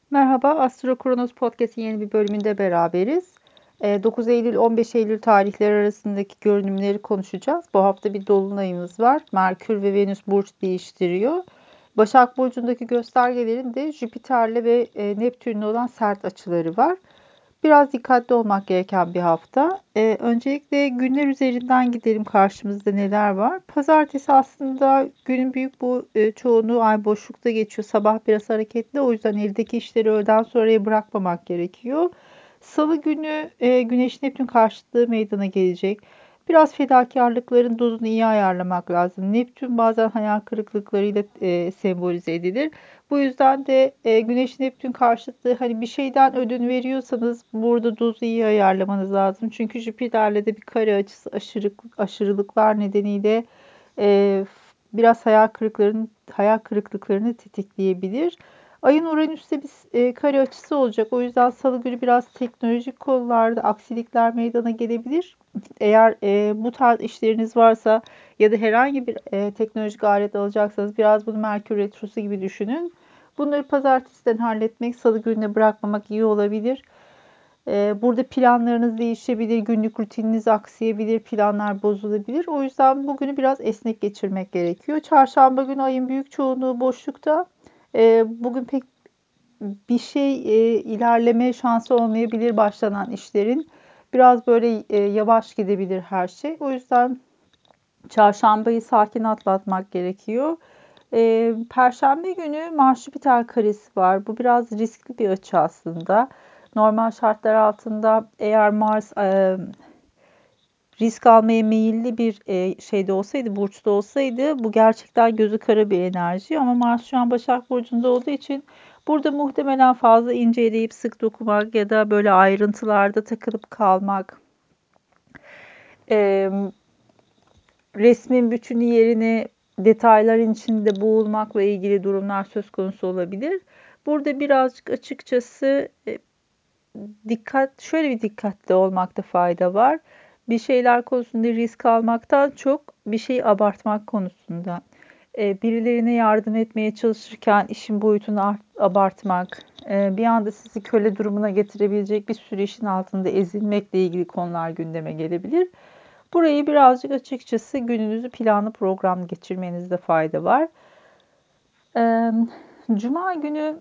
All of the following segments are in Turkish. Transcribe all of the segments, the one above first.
Merhaba, Astro Kronos Podcast'in yeni bir bölümünde beraberiz. 9 Eylül-15 Eylül tarihleri arasındaki görünümleri konuşacağız. Bu hafta bir dolunayımız var. Merkür ve Venüs burç değiştiriyor. Başak Burcu'ndaki göstergelerin de Jüpiter'le ve Neptün'le olan sert açıları var. Biraz dikkatli olmak gereken bir hafta. Öncelikle günler üzerinden gidelim karşımızda neler var. Pazartesi aslında günün büyük bu çoğunluğu ay boşlukta geçiyor. Sabah biraz hareketli, o yüzden evdeki işleri öğleden sonraya bırakmamak gerekiyor. Salı günü Güneş Neptün karşıtlığı meydana gelecek. Biraz fedakarlıkların dozunu iyi ayarlamak lazım. Neptün bazen hayal kırıklıklarıyla sembolize edilir. Bu yüzden de Güneş Neptün karşıtlığı, hani bir şeyden ödün veriyorsanız burada dozu iyi ayarlamanız lazım. Çünkü Jüpiter'le de bir kare açısı aşırılıklar nedeniyle e, biraz hayal kırıklıklarını tetikleyebilir. Ayın Uranüs'te bir kare açısı olacak. O yüzden Salı günü biraz teknolojik konularda aksilikler meydana gelebilir. Eğer bu tarz işleriniz varsa ya da herhangi bir teknolojik alet alacaksanız biraz bunu Merkür Retrosu gibi düşünün. Bunları pazartesiden halletmek, salı gününe bırakmamak iyi olabilir. Burada planlarınız değişebilir, günlük rutininiz aksayabilir, planlar bozulabilir. O yüzden bugünü biraz esnek geçirmek gerekiyor. Çarşamba günü ayın büyük çoğunluğu boşlukta. Bugün pek bir şey ilerleme şansı olmayabilir başlanan işlerin. Biraz böyle yavaş gidebilir her şey. O yüzden çarşambayı sakin atlatmak gerekiyor. Perşembe günü Mars-Jüpiter karesi var. Bu biraz riskli bir açı aslında. Normal şartlar altında eğer Mars risk almaya meyilli bir şeyde olsaydı, burçta olsaydı bu gerçekten gözü kara bir enerji. Ama Mars şu an Başak Burcu'nda olduğu için burada muhtemelen fazla inceleyip sık dokumak ya da böyle ayrıntılarda takılıp kalmak, e, resmin bütünü yerine detayların içinde boğulmakla ilgili durumlar söz konusu olabilir. Burada birazcık açıkçası şöyle bir dikkatli olmakta fayda var. Bir şeyler konusunda risk almaktan çok bir şeyi abartmak konusunda. Birilerine yardım etmeye çalışırken işin boyutunu abartmak, bir anda sizi köle durumuna getirebilecek bir sürü işin altında ezilmekle ilgili konular gündeme gelebilir. Burayı birazcık açıkçası gününüzü planlı programlı geçirmenizde fayda var. Cuma günü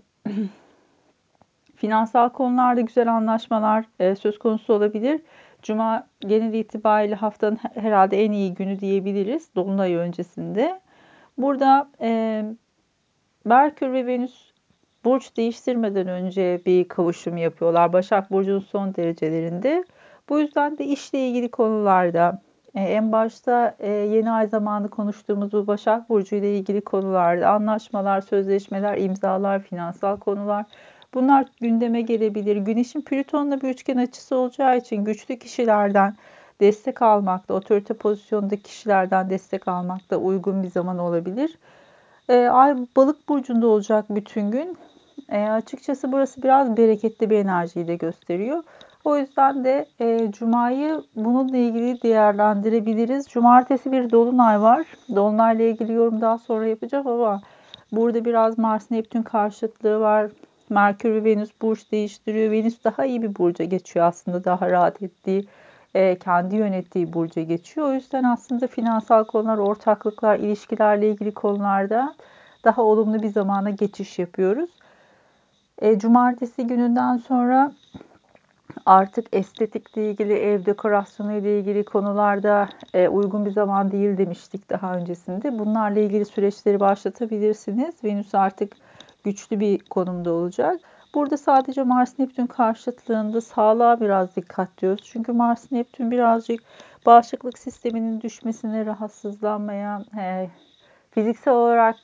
finansal konularda güzel anlaşmalar söz konusu olabilir. Cuma genel itibariyle haftanın herhalde en iyi günü diyebiliriz Dolunay öncesinde. Burada Merkür ve Venüs burç değiştirmeden önce bir kavuşum yapıyorlar. Başak Burcu'nun son derecelerinde. Bu yüzden de işle ilgili konularda en başta yeni ay zamanı konuştuğumuz bu Başak Burcu ile ilgili konularda anlaşmalar, sözleşmeler, imzalar, finansal konular bunlar gündeme gelebilir. Güneşin Plüton'la bir üçgen açısı olacağı için güçlü kişilerden destek almakta, otorite pozisyondaki kişilerden destek almakta uygun bir zaman olabilir. Ay balık burcunda olacak bütün gün. Açıkçası burası biraz bereketli bir enerjiyi de gösteriyor. O yüzden de Cuma'yı bununla ilgili değerlendirebiliriz. Cumartesi bir dolunay var. Dolunayla ilgili yorum daha sonra yapacağım ama burada biraz Mars-Neptün karşıtlığı var. Merkür ve Venüs burç değiştiriyor. Venüs daha iyi bir burca geçiyor aslında. Daha rahat ettiği, kendi yönettiği burca geçiyor. O yüzden aslında finansal konular, ortaklıklar, ilişkilerle ilgili konularda daha olumlu bir zamana geçiş yapıyoruz. Cumartesi gününden sonra artık estetikle ilgili, ev dekorasyonu ile ilgili konularda uygun bir zaman değil demiştik daha öncesinde. Bunlarla ilgili süreçleri başlatabilirsiniz. Venüs artık güçlü bir konumda olacak. Burada sadece Mars-Neptün karşıtlığında sağlığa biraz dikkat diyoruz. Çünkü Mars-Neptün birazcık bağışıklık sisteminin düşmesine, rahatsızlanmaya, fiziksel olarak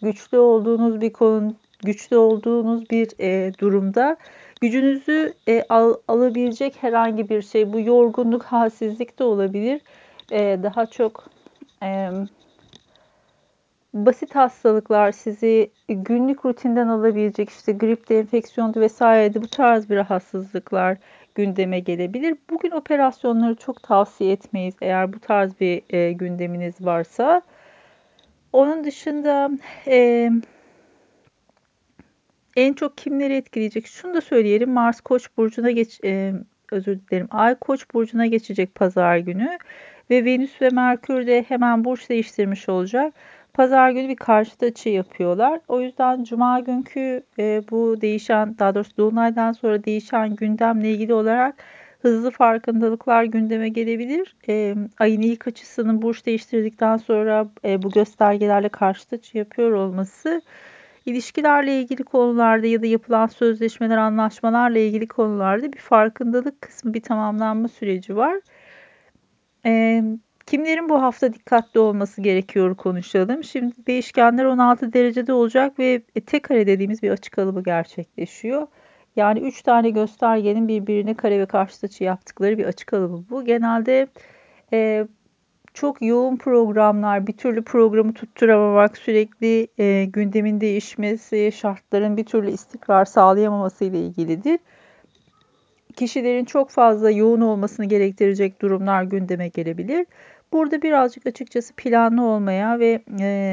güçlü olduğunuz bir durumda gücünüzü alabilecek herhangi bir şey, bu yorgunluk, halsizlik de olabilir. Daha çok e, basit hastalıklar sizi günlük rutinden alabilecek, işte grip, enfeksiyondu vesaire, bu tarz bir rahatsızlıklar gündeme gelebilir. Bugün operasyonları çok tavsiye etmeyiz eğer bu tarz bir gündeminiz varsa. Onun dışında e, En çok kimleri etkileyecek? Şunu da söyleyelim. Mars Koç burcuna özür dilerim. Ay Koç burcuna geçecek pazar günü ve Venüs ve Merkür de hemen burç değiştirmiş olacak. Pazar günü bir karşıt açı yapıyorlar. O yüzden cuma günkü bu değişen, daha doğrusu dolunaydan sonra değişen gündemle ilgili olarak hızlı farkındalıklar gündeme gelebilir. Ayın ilk açısının burç değiştirdikten sonra bu göstergelerle karşıt açı yapıyor olması İlişkilerle ilgili konularda ya da yapılan sözleşmeler, anlaşmalarla ilgili konularda bir farkındalık kısmı, bir tamamlanma süreci var. Eee, Kimlerin bu hafta dikkatli olması gerekiyor konuşalım. Şimdi değişkenler 16 derecede olacak ve tek kare dediğimiz bir açı kalıbı gerçekleşiyor. Yani 3 tane göstergenin birbirine kare ve karşıt açı yaptıkları bir açı kalıbı bu. Genelde eee, çok yoğun programlar, bir türlü programı tutturamamak, sürekli gündemin değişmesi, şartların bir türlü istikrar sağlayamaması ile ilgilidir. Kişilerin çok fazla yoğun olmasını gerektirecek durumlar gündeme gelebilir. Burada birazcık açıkçası planlı olmaya ve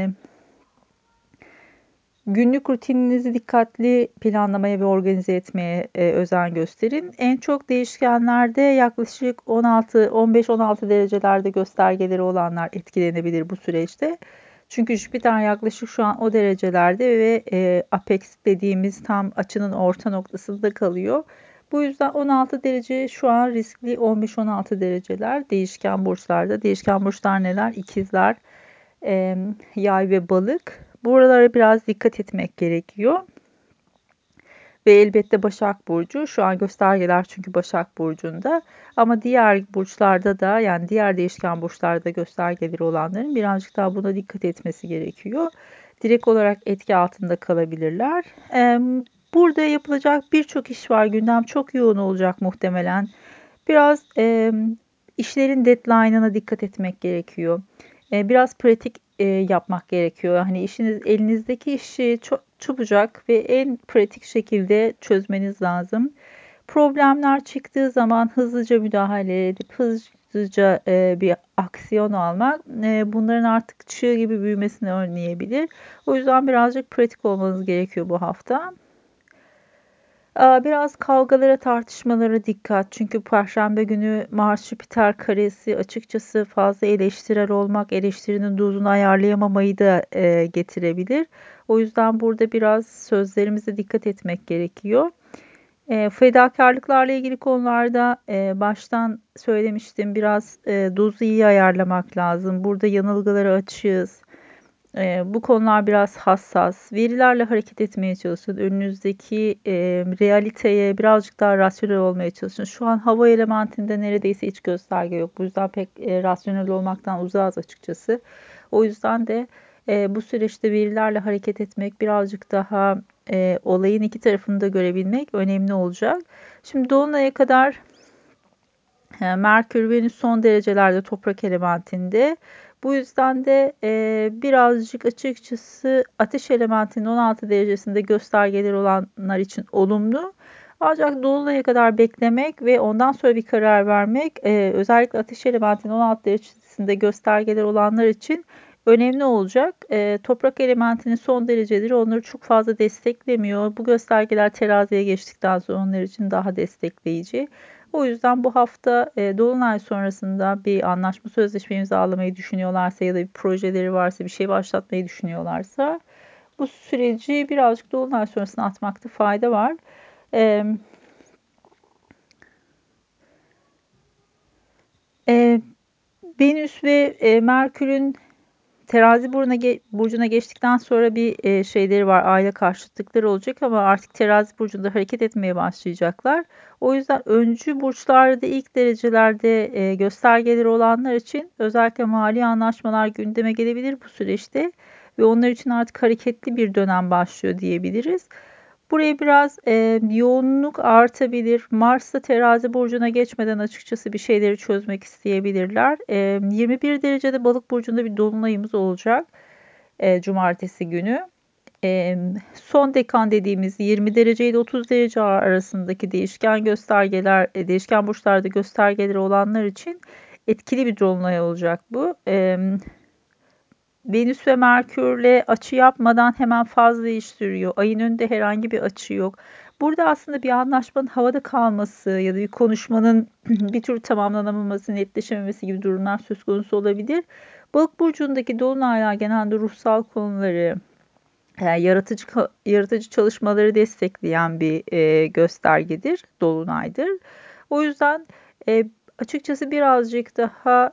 günlük rutininizi dikkatli planlamaya ve organize etmeye özen gösterin. En çok değişkenlerde yaklaşık 15-16 derecelerde göstergeleri olanlar etkilenebilir bu süreçte. Çünkü Jüpiter yaklaşık şu an o derecelerde ve apex dediğimiz tam açının orta noktasında kalıyor. Bu yüzden 16 derece şu an riskli, 15-16 dereceler değişken burçlarda. Değişken burçlar neler? İkizler, Yay ve Balık. Buralara biraz dikkat etmek gerekiyor. Ve elbette Başak Burcu. Şu an göstergeler çünkü Başak Burcu'nda. Ama diğer burçlarda da, yani diğer değişken burçlarda göstergeleri olanların birazcık daha buna dikkat etmesi gerekiyor. Direkt olarak etki altında kalabilirler. Burada yapılacak birçok iş var. Gündem çok yoğun olacak muhtemelen. Biraz işlerin deadline'ına dikkat etmek gerekiyor. Biraz pratik yapmak gerekiyor. Hani elinizdeki işi çok çabucak ve en pratik şekilde çözmeniz lazım. Problemler çıktığı zaman hızlıca müdahale edip hızlıca bir aksiyon almak bunların artık çığ gibi büyümesini önleyebilir. O yüzden birazcık pratik olmanız gerekiyor bu hafta. Biraz kavgalara, tartışmalara dikkat. Çünkü Perşembe günü Mars-Jüpiter karesi açıkçası fazla eleştirel olmak, eleştirinin dozunu ayarlayamamayı da getirebilir. O yüzden burada biraz sözlerimize dikkat etmek gerekiyor. Fedakarlıklarla ilgili konularda baştan söylemiştim, biraz dozu iyi ayarlamak lazım. Burada yanılgılara açığız. Bu konular biraz hassas. Verilerle hareket etmeye çalışın. Önünüzdeki realiteye birazcık daha rasyonel olmaya çalışın. Şu an hava elementinde neredeyse hiç gösterge yok. Bu yüzden pek rasyonel olmaktan uzağız açıkçası. O yüzden de bu süreçte verilerle hareket etmek, birazcık daha olayın iki tarafını da görebilmek önemli olacak. Şimdi Dolunay'a kadar Merkür, Venüs son derecelerde toprak elementinde. Bu yüzden de birazcık açıkçası ateş elementinin 16 derecesinde göstergeleri olanlar için olumlu. Ancak Dolunay'a kadar beklemek ve ondan sonra bir karar vermek özellikle ateş elementinin 16 derecesinde göstergeleri olanlar için önemli olacak. Toprak elementinin son dereceleri onları çok fazla desteklemiyor. Bu göstergeler teraziye geçtikten sonra onlar için daha destekleyici. O yüzden bu hafta Dolunay sonrasında bir anlaşma, sözleşme imzalamayı düşünüyorlarsa ya da bir projeleri varsa, bir şey başlatmayı düşünüyorlarsa bu süreci birazcık Dolunay sonrasına atmakta fayda var. E, e, Venüs ve Merkür'ün Terazi burcuna geçtikten sonra bir şeyleri var, aile karşıtlıkları olacak ama artık Terazi burcunda hareket etmeye başlayacaklar. O yüzden öncü burçlarda ilk derecelerde göstergeleri olanlar için özellikle mali anlaşmalar gündeme gelebilir bu süreçte ve onlar için artık hareketli bir dönem başlıyor diyebiliriz. Buraya biraz yoğunluk artabilir. Mars'ta Terazi burcuna geçmeden açıkçası bir şeyleri çözmek isteyebilirler. 21 derecede Balık burcunda bir dolunayımız olacak cumartesi günü. Son dekan dediğimiz 20 derece ile 30 derece arasındaki değişken göstergeler, değişken burçlarda göstergeleri olanlar için etkili bir dolunay olacak bu. Venüs ve Merkür'le açı yapmadan hemen faz değiştiriyor. Ayın önünde herhangi bir açı yok. Burada aslında bir anlaşmanın havada kalması ya da bir konuşmanın bir tür tamamlanamaması, netleşememesi gibi durumlar söz konusu olabilir. Balık burcundaki dolunaylar genelde ruhsal konuları, yaratıcı çalışmaları destekleyen bir göstergedir, dolunaydır. O yüzden e, açıkçası birazcık daha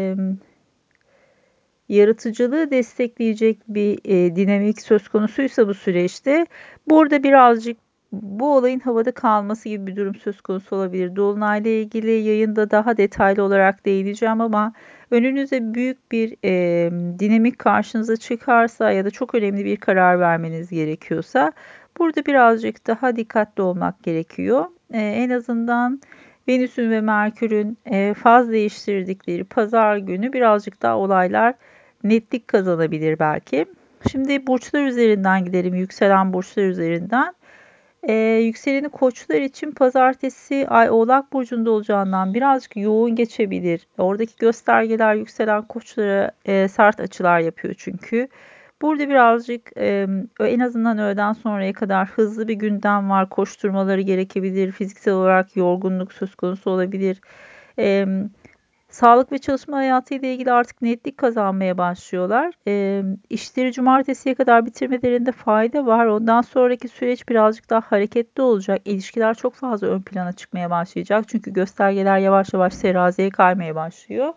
yaratıcılığı destekleyecek bir dinamik söz konusuysa bu süreçte burada birazcık bu olayın havada kalması gibi bir durum söz konusu olabilir. Dolunayla ilgili yayında daha detaylı olarak değineceğim ama önünüze büyük bir dinamik karşınıza çıkarsa ya da çok önemli bir karar vermeniz gerekiyorsa burada birazcık daha dikkatli olmak gerekiyor. En azından Venüs'ün ve Merkür'ün faz değiştirdikleri pazar günü birazcık daha olaylar netlik kazanabilir belki. Şimdi burçlar üzerinden gidelim. Yükselen burçlar üzerinden. Yükseleni koçlar için pazartesi ay Oğlak burcunda olacağından birazcık yoğun geçebilir. Oradaki göstergeler yükselen koçlara sert açılar yapıyor çünkü. Burada birazcık en azından öğleden sonraya kadar hızlı bir gündem var. Koşturmaları gerekebilir. Fiziksel olarak yorgunluk söz konusu olabilir. E, Sağlık ve çalışma hayatı ile ilgili artık netlik kazanmaya başlıyorlar. İşleri cumartesiye kadar bitirmelerinde fayda var. Ondan sonraki süreç birazcık daha hareketli olacak. İlişkiler çok fazla ön plana çıkmaya başlayacak. Çünkü göstergeler yavaş yavaş teraziye kaymaya başlıyor.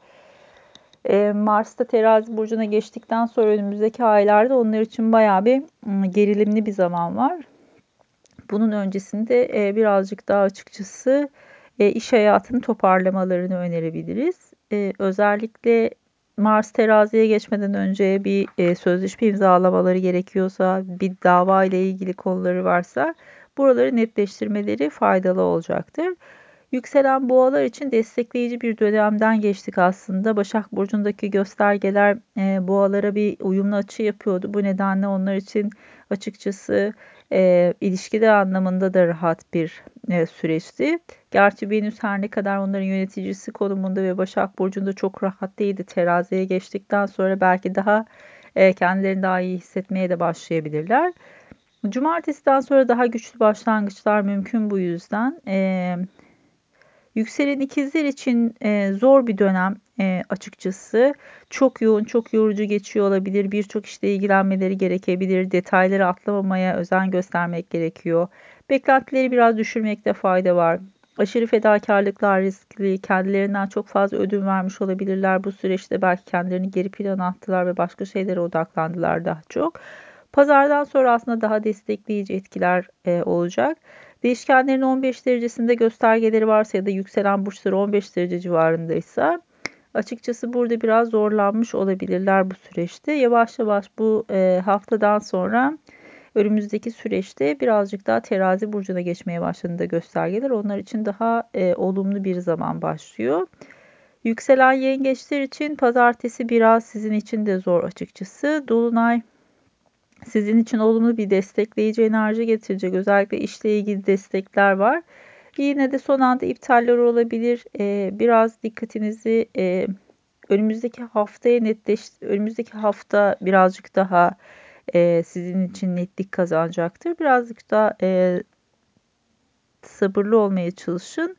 Mars da terazi burcuna geçtikten sonra önümüzdeki aylarda onlar için bayağı bir gerilimli bir zaman var. Bunun öncesinde birazcık daha açıkçası iş hayatını toparlamalarını önerebiliriz. Özellikle Mars teraziye geçmeden önce bir sözleşme imzalamaları gerekiyorsa, bir dava ile ilgili konuları varsa buraları netleştirmeleri faydalı olacaktır. Yükselen boğalar için destekleyici bir dönemden geçtik aslında. Başak Burcu'ndaki göstergeler boğalara bir uyumlu açı yapıyordu. Bu nedenle onlar için açıkçası ilişkiler anlamında da rahat bir süreçti. Gerçi Venüs her ne kadar onların yöneticisi konumunda ve Başak Burcu'nda çok rahat değildi. Teraziye geçtikten sonra belki daha kendilerini daha iyi hissetmeye de başlayabilirler. Cumartesiden sonra daha güçlü başlangıçlar mümkün bu yüzden. Yükselen ikizler için zor bir dönem açıkçası. Çok yoğun, çok yorucu geçiyor olabilir. Birçok işle ilgilenmeleri gerekebilir. Detayları atlamamaya özen göstermek gerekiyor. Beklentileri biraz düşürmekte fayda var. Aşırı fedakarlıklar riskli, kendilerinden çok fazla ödün vermiş olabilirler. Bu süreçte belki kendilerini geri plana attılar ve başka şeylere odaklandılar daha çok. Pazardan sonra aslında daha destekleyici etkiler olacak. Değişkenlerin 15 derecesinde göstergeleri varsa ya da yükselen burçları 15 derece civarındaysa açıkçası burada biraz zorlanmış olabilirler bu süreçte. Yavaş yavaş bu haftadan sonra önümüzdeki süreçte birazcık daha terazi burcuna geçmeye başladığında göstergeler onlar için daha olumlu bir zaman başlıyor. Yükselen yengeçler için pazartesi biraz sizin için de zor açıkçası. Dolunay sizin için olumlu bir destekleyici enerji getirecek. Özellikle işle ilgili destekler var. Yine de son anda iptaller olabilir. Biraz dikkatinizi önümüzdeki hafta birazcık daha sizin için netlik kazanacaktır. Birazcık daha sabırlı olmaya çalışın.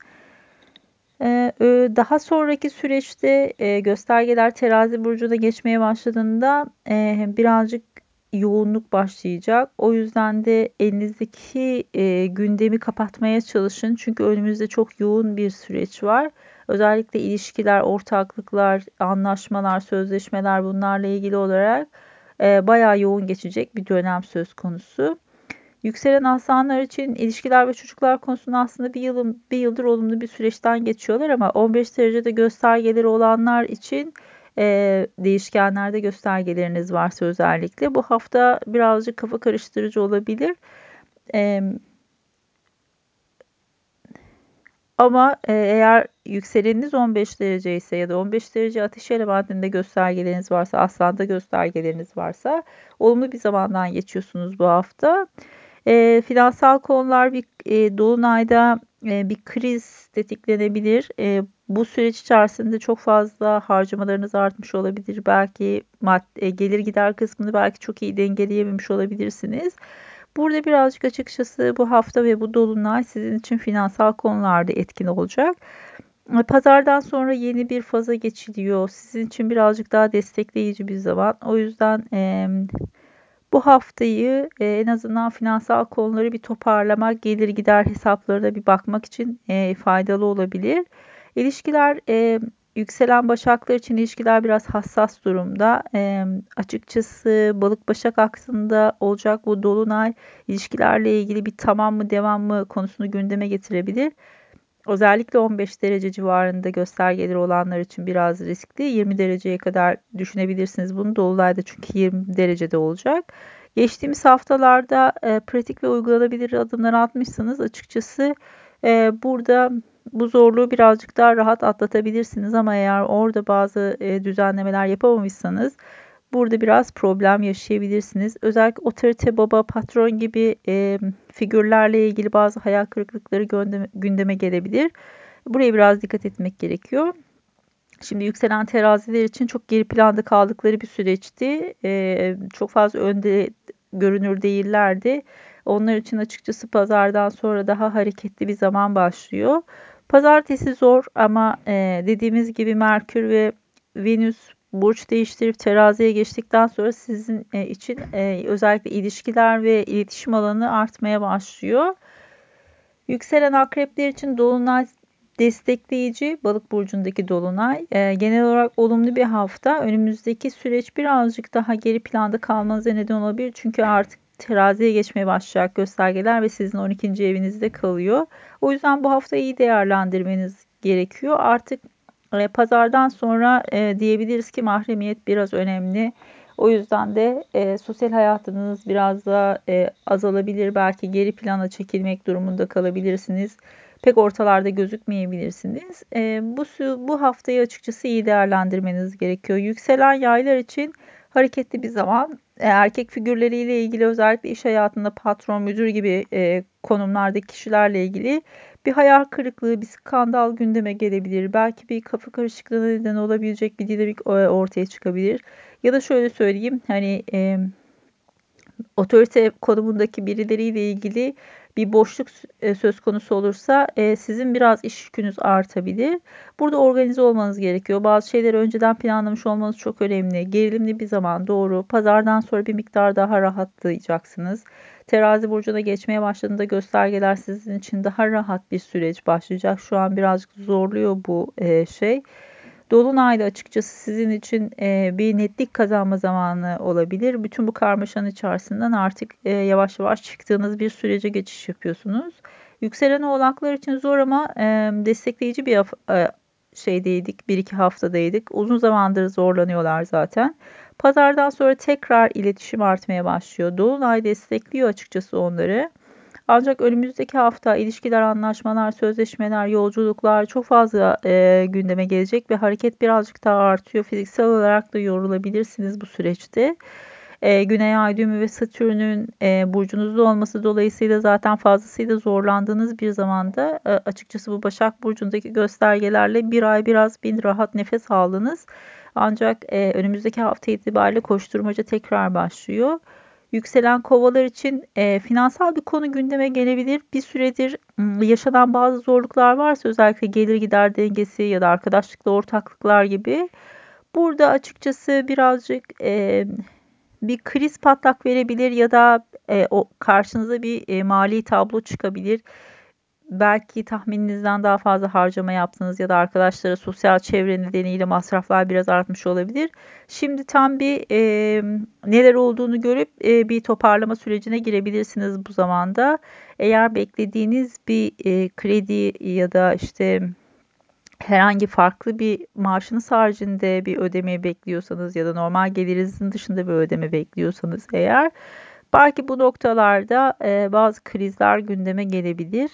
Daha sonraki süreçte göstergeler terazi burcuna geçmeye başladığında birazcık yoğunluk başlayacak. O yüzden de elinizdeki gündemi kapatmaya çalışın. Çünkü önümüzde çok yoğun bir süreç var. Özellikle ilişkiler, ortaklıklar, anlaşmalar, sözleşmeler bunlarla ilgili olarak bayağı yoğun geçecek bir dönem söz konusu. Yükselen aslanlar için ilişkiler ve çocuklar konusunda aslında bir yıldır olumlu bir süreçten geçiyorlar ama 15 derecede göstergeleri olanlar için değişkenlerde göstergeleriniz varsa özellikle bu hafta birazcık kafa karıştırıcı olabilir. E, Ama eğer yükseleniniz 15 derece ise ya da 15 derece ateş elementinde göstergeleriniz varsa, aslanda göstergeleriniz varsa olumlu bir zamandan geçiyorsunuz bu hafta. Finansal konular bir dolunayda bir kriz tetiklenebilir. Bu süreç içerisinde çok fazla harcamalarınız artmış olabilir. Belki gelir gider kısmını belki çok iyi dengeleyememiş olabilirsiniz. Burada birazcık açıkçası bu hafta ve bu dolunay sizin için finansal konularda etkin olacak. Pazardan sonra yeni bir faza geçiliyor. Sizin için birazcık daha destekleyici bir zaman. O yüzden bu haftayı en azından finansal konuları bir toparlamak, gelir gider hesaplarına bir bakmak için faydalı olabilir. İlişkiler, yükselen başaklar için ilişkiler biraz hassas durumda. Açıkçası balık başak aksında olacak bu dolunay ilişkilerle ilgili bir tamam mı devam mı konusunu gündeme getirebilir. Özellikle 15 derece civarında göstergeleri olanlar için biraz riskli. 20 dereceye kadar düşünebilirsiniz bunu. Dolunayda çünkü 20 derecede olacak. Geçtiğimiz haftalarda pratik ve uygulanabilir adımlar atmışsınız. Açıkçası burada bu zorluğu birazcık daha rahat atlatabilirsiniz ama eğer orada bazı düzenlemeler yapamamışsanız burada biraz problem yaşayabilirsiniz. Özellikle otorite, baba, patron gibi figürlerle ilgili bazı hayal kırıklıkları gündeme gelebilir. Buraya biraz dikkat etmek gerekiyor. Şimdi yükselen teraziler için çok geri planda kaldıkları bir süreçti. Çok fazla önde görünür değillerdi. Onlar için açıkçası pazardan sonra daha hareketli bir zaman başlıyor. Pazartesi zor ama dediğimiz gibi Merkür ve Venüs burç değiştirip teraziye geçtikten sonra sizin için özellikle ilişkiler ve iletişim alanı artmaya başlıyor. Yükselen akrepler için dolunay destekleyici, balık burcundaki dolunay. Genel olarak olumlu bir hafta. Önümüzdeki süreç birazcık daha geri planda kalmanıza neden olabilir. Çünkü artık teraziye geçmeye başlayacak göstergeler ve sizin 12. evinizde kalıyor. O yüzden bu haftayı iyi değerlendirmeniz gerekiyor. Artık pazardan sonra diyebiliriz ki mahremiyet biraz önemli. O yüzden de sosyal hayatınız biraz da azalabilir. Belki geri plana çekilmek durumunda kalabilirsiniz. Pek ortalarda gözükmeyebilirsiniz. Bu haftayı açıkçası iyi değerlendirmeniz gerekiyor. Yükselen yaylar için hareketli bir zaman. Erkek figürleriyle ilgili özellikle iş hayatında patron, müdür gibi konumlardaki kişilerle ilgili bir hayal kırıklığı, bir skandal gündeme gelebilir. Belki bir kafa karışıklığına neden olabilecek bir dinamik ortaya çıkabilir. Ya da şöyle söyleyeyim, hani otorite konumundaki birileriyle ilgili bir boşluk söz konusu olursa sizin biraz iş yükünüz artabilir. Burada organize olmanız gerekiyor. Bazı şeyleri önceden planlamış olmanız çok önemli. Gerilimli bir zaman doğru. Pazardan sonra bir miktar daha rahatlayacaksınız. Terazi burcuna geçmeye başladığında göstergeler sizin için daha rahat bir süreç başlayacak. Şu an birazcık zorluyor bu şey. Dolunay'da açıkçası sizin için bir netlik kazanma zamanı olabilir. Bütün bu karmaşanın içerisinden artık yavaş yavaş çıktığınız bir sürece geçiş yapıyorsunuz. Yükselen oğlaklar için zor ama destekleyici bir şeydeydik, bir iki haftadaydık. Uzun zamandır zorlanıyorlar zaten. Pazardan sonra tekrar iletişim artmaya başlıyor. Dolunay destekliyor açıkçası onları. Ancak önümüzdeki hafta ilişkiler, anlaşmalar, sözleşmeler, yolculuklar çok fazla gündeme gelecek ve hareket birazcık daha artıyor. Fiziksel olarak da yorulabilirsiniz bu süreçte. Güney Ay düğümü ve Satürn'ün burcunuzda olması dolayısıyla zaten fazlasıyla zorlandığınız bir zamanda açıkçası bu Başak Burcu'ndaki göstergelerle bir ay biraz bir rahat nefes aldınız. Ancak önümüzdeki hafta itibariyle koşturmaca tekrar başlıyor. Yükselen kovalar için finansal bir konu gündeme gelebilir. Bir süredir yaşanan bazı zorluklar varsa özellikle gelir gider dengesi ya da arkadaşlıkla ortaklıklar gibi. Burada açıkçası birazcık bir kriz patlak verebilir ya da o karşınıza bir mali tablo çıkabilir. Belki tahmininizden daha fazla harcama yaptınız ya da arkadaşlara sosyal çevre nedeniyle masraflar biraz artmış olabilir. Şimdi tam bir neler olduğunu görüp bir toparlama sürecine girebilirsiniz bu zamanda. Eğer beklediğiniz bir kredi ya da işte herhangi farklı bir maaşınız haricinde bir ödeme bekliyorsanız ya da normal gelirinizin dışında bir ödeme bekliyorsanız eğer belki bu noktalarda bazı krizler gündeme gelebilir.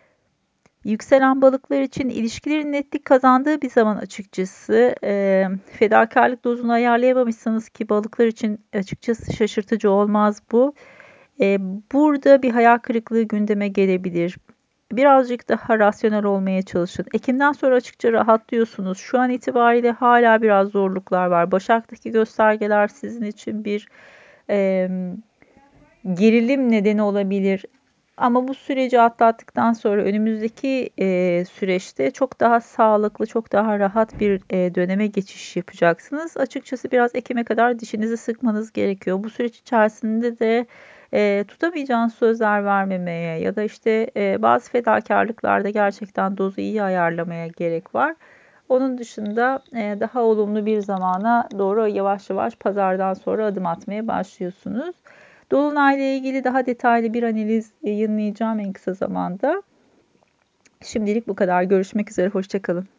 Yükselen balıklar için ilişkilerin netlik kazandığı bir zaman açıkçası. Fedakarlık dozunu ayarlayamamışsınız ki balıklar için açıkçası şaşırtıcı olmaz bu. Burada bir hayal kırıklığı gündeme gelebilir. birazcık daha rasyonel olmaya çalışın. Ekim'den sonra açıkça rahatlıyorsunuz. Şu an itibariyle hala biraz zorluklar var. Başak'taki göstergeler sizin için bir e, gerilim nedeni olabilir. Ama bu süreci atlattıktan sonra önümüzdeki süreçte çok daha sağlıklı, çok daha rahat bir döneme geçiş yapacaksınız. Açıkçası biraz Ekim'e kadar dişinizi sıkmanız gerekiyor. Bu süreç içerisinde de tutamayacağınız sözler vermemeye ya da işte bazı fedakarlıklarda gerçekten dozu iyi ayarlamaya gerek var. Onun dışında daha olumlu bir zamana doğru yavaş yavaş pazardan sonra adım atmaya başlıyorsunuz. Dolunayla ilgili daha detaylı bir analiz yayınlayacağım en kısa zamanda. Şimdilik bu kadar. Görüşmek üzere. Hoşça kalın.